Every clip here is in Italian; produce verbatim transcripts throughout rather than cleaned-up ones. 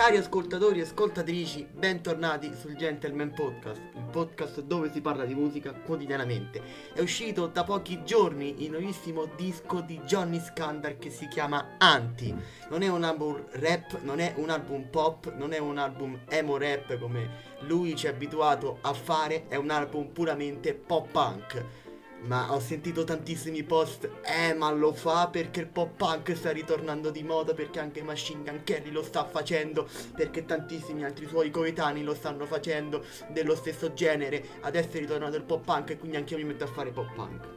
Cari ascoltatori e ascoltatrici, bentornati sul Gentleman Podcast, il podcast dove si parla di musica quotidianamente. È uscito da pochi giorni il nuovissimo disco di Johnny Scandal che si chiama Anti. Non è un album rap, non è un album pop, non è un album emo rap come lui ci è abituato a fare, è un album puramente pop punk. Ma ho sentito tantissimi post, eh ma lo fa perché il pop punk sta ritornando di moda, perché anche Machine Gun Kelly lo sta facendo, perché tantissimi altri suoi coetanei lo stanno facendo, dello stesso genere. Adesso è ritornato il pop punk e quindi anche io mi metto a fare pop punk.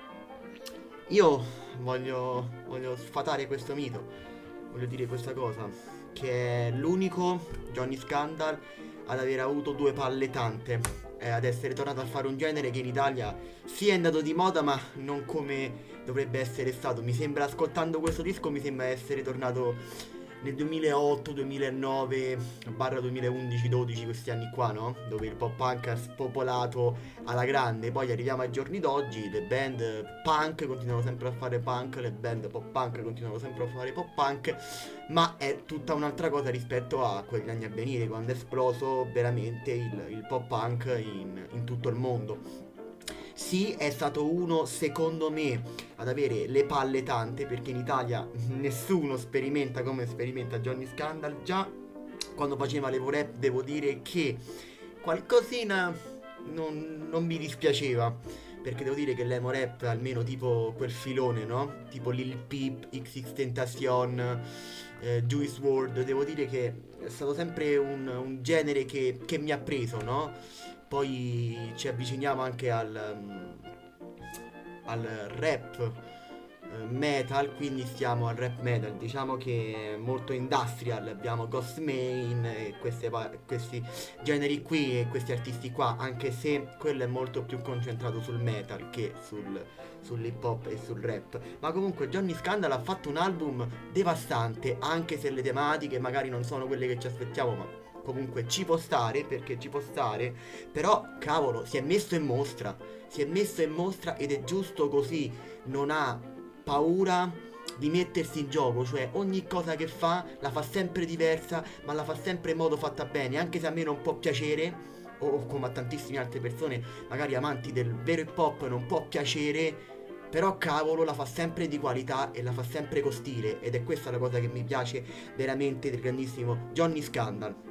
Io voglio, voglio sfatare questo mito, voglio dire questa cosa, che è l'unico Johnny Scandal ad aver avuto due palle tante, eh, ad essere tornato a fare un genere che in Italia sì è andato di moda ma non come dovrebbe essere stato. Mi sembra, ascoltando questo disco, mi sembra essere tornato nel duemilaotto, duemilanove, barra duemilaundici, dodici, questi anni qua, no? Dove il pop punk ha spopolato alla grande. Poi arriviamo ai giorni d'oggi, le band punk continuano sempre a fare punk, le band pop punk continuano sempre a fare pop punk, ma è tutta un'altra cosa rispetto a quegli anni a venire, quando è esploso veramente il, il pop punk in, in tutto il mondo. Sì, è stato uno, secondo me, ad avere le palle tante, perché in Italia nessuno sperimenta come sperimenta Johnny Scandal. Già quando faceva l'Evo Rap devo dire che qualcosina non, non mi dispiaceva, perché devo dire che l'Emo Rap, almeno tipo quel filone, no? Tipo Lil Peep, X X Tentacion, eh, Juice world, devo dire che è stato sempre un, un genere che, che mi ha preso, no? Poi ci avviciniamo anche al, um, al rap uh, metal, quindi stiamo al rap metal, diciamo che è molto industrial. Abbiamo Ghostmane e queste, questi generi qui e questi artisti qua, anche se quello è molto più concentrato sul metal che sul, sull'hip hop e sul rap. Ma comunque Johnny Scandal ha fatto un album devastante, anche se le tematiche magari non sono quelle che ci aspettiamo, ma comunque ci può stare, perché ci può stare. Però cavolo, si è messo in mostra, si è messo in mostra ed è giusto così. Non ha paura di mettersi in gioco, cioè ogni cosa che fa la fa sempre diversa, ma la fa sempre in modo fatta bene, anche se a me non può piacere, o come a tantissime altre persone magari amanti del vero hip hop non può piacere, però cavolo la fa sempre di qualità e la fa sempre con stile, ed è questa la cosa che mi piace veramente del grandissimo Johnny Scandal.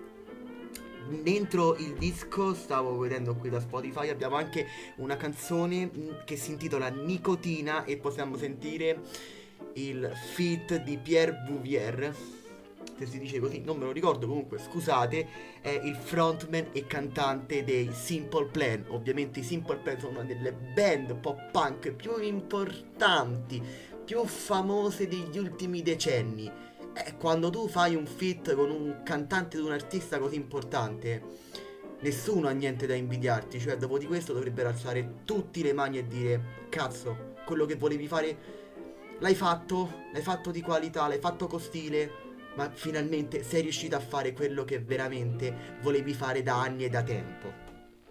Dentro il disco, stavo vedendo qui da Spotify, abbiamo anche una canzone che si intitola Nicotina e possiamo sentire il feat di Pierre Bouvier, se si dice così, non me lo ricordo, comunque scusate. È il frontman e cantante dei Simple Plan. Ovviamente i Simple Plan sono una delle band pop punk più importanti, più famose degli ultimi decenni. Eh, quando tu fai un feat con un cantante di un artista così importante, nessuno ha niente da invidiarti. Cioè, dopo di questo dovrebbero alzare tutti le mani e dire: cazzo, quello che volevi fare l'hai fatto, l'hai fatto di qualità, l'hai fatto con stile, ma finalmente sei riuscito a fare quello che veramente volevi fare da anni e da tempo.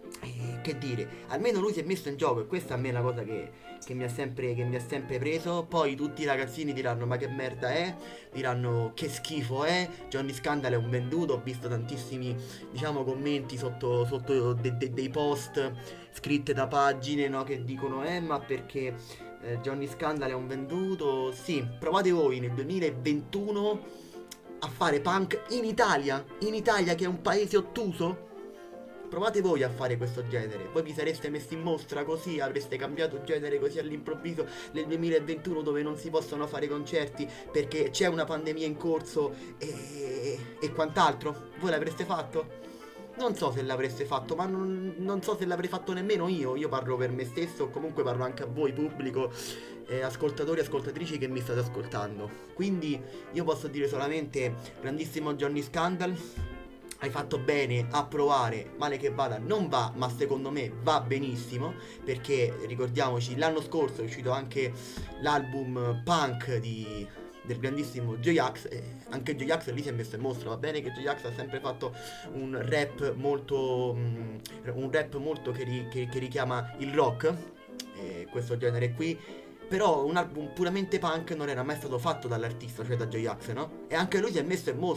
E che dire, almeno lui si è messo in gioco, e questa a me è una cosa che, che mi ha sempre, che mi ha sempre preso. Poi tutti i ragazzini diranno: ma che merda è? Diranno che schifo è, Johnny Scandal è un venduto. Ho visto tantissimi, diciamo, commenti sotto, sotto de, de, dei post scritte da pagine, no, che dicono: eh ma perché eh, Johnny Scandal è un venduto? Sì, provate voi nel duemilaventuno a fare punk in Italia, in Italia che è un paese ottuso. Provate voi a fare questo genere. Voi vi sareste messi in mostra così? Avreste cambiato genere così all'improvviso nel duemilaventuno, dove non si possono fare concerti perché c'è una pandemia in corso e, e quant'altro? Voi l'avreste fatto? Non so se l'avreste fatto, ma non, non so se l'avrei fatto nemmeno io. Io parlo per me stesso, o comunque parlo anche a voi, pubblico, eh, ascoltatori e ascoltatrici che mi state ascoltando. Quindi io posso dire solamente: grandissimo Johnny Scandal, hai fatto bene a provare. Male che vada non va, ma secondo me va benissimo, perché ricordiamoci, l'anno scorso è uscito anche l'album punk di, del grandissimo J-Ax. eh, Anche J-Ax lì si è messo in mostra. Va bene che J-Ax ha sempre fatto un rap molto um, un rap molto che, ri, che, che richiama il rock, eh, questo genere qui. Però un album puramente punk non era mai stato fatto dall'artista, cioè da J-Ax, no? E anche lui si è messo in mostra.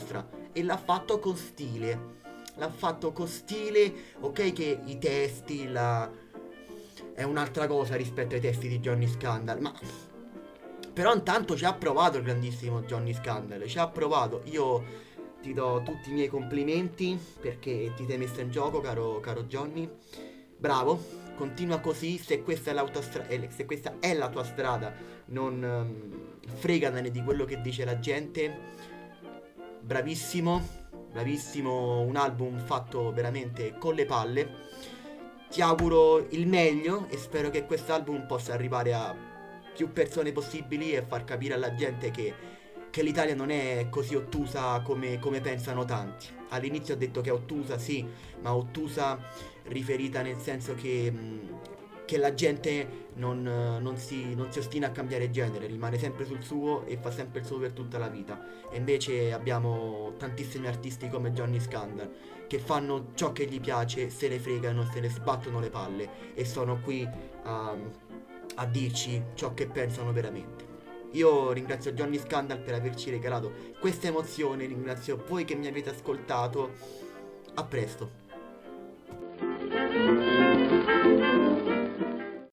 e l'ha fatto con stile. L'ha fatto con stile, ok che i testi, la... è un'altra cosa rispetto ai testi di Johnny Scandal, ma... Però intanto ci ha provato il grandissimo Johnny Scandal, ci ha provato. Io ti do tutti i miei complimenti perché ti sei messo in gioco, caro, caro Johnny. Bravo, continua così, se questa è l'autostrada, se questa è la tua strada, non um, fregatene di quello che dice la gente. Bravissimo, bravissimo, un album fatto veramente con le palle. Ti auguro il meglio e spero che quest'album possa arrivare a più persone possibili e far capire alla gente che, che l'Italia non è così ottusa come, come pensano tanti. All'inizio ho detto che è ottusa, sì, ma ottusa riferita nel senso che, mh, che la gente non, non, si, non si ostina a cambiare genere, rimane sempre sul suo e fa sempre il suo per tutta la vita. E invece abbiamo tantissimi artisti come Johnny Scandal che fanno ciò che gli piace, se ne fregano, se ne sbattono le palle e sono qui a... a dirci ciò che pensano veramente. Io ringrazio Johnny Scandal per averci regalato questa emozione, ringrazio voi che mi avete ascoltato. A presto.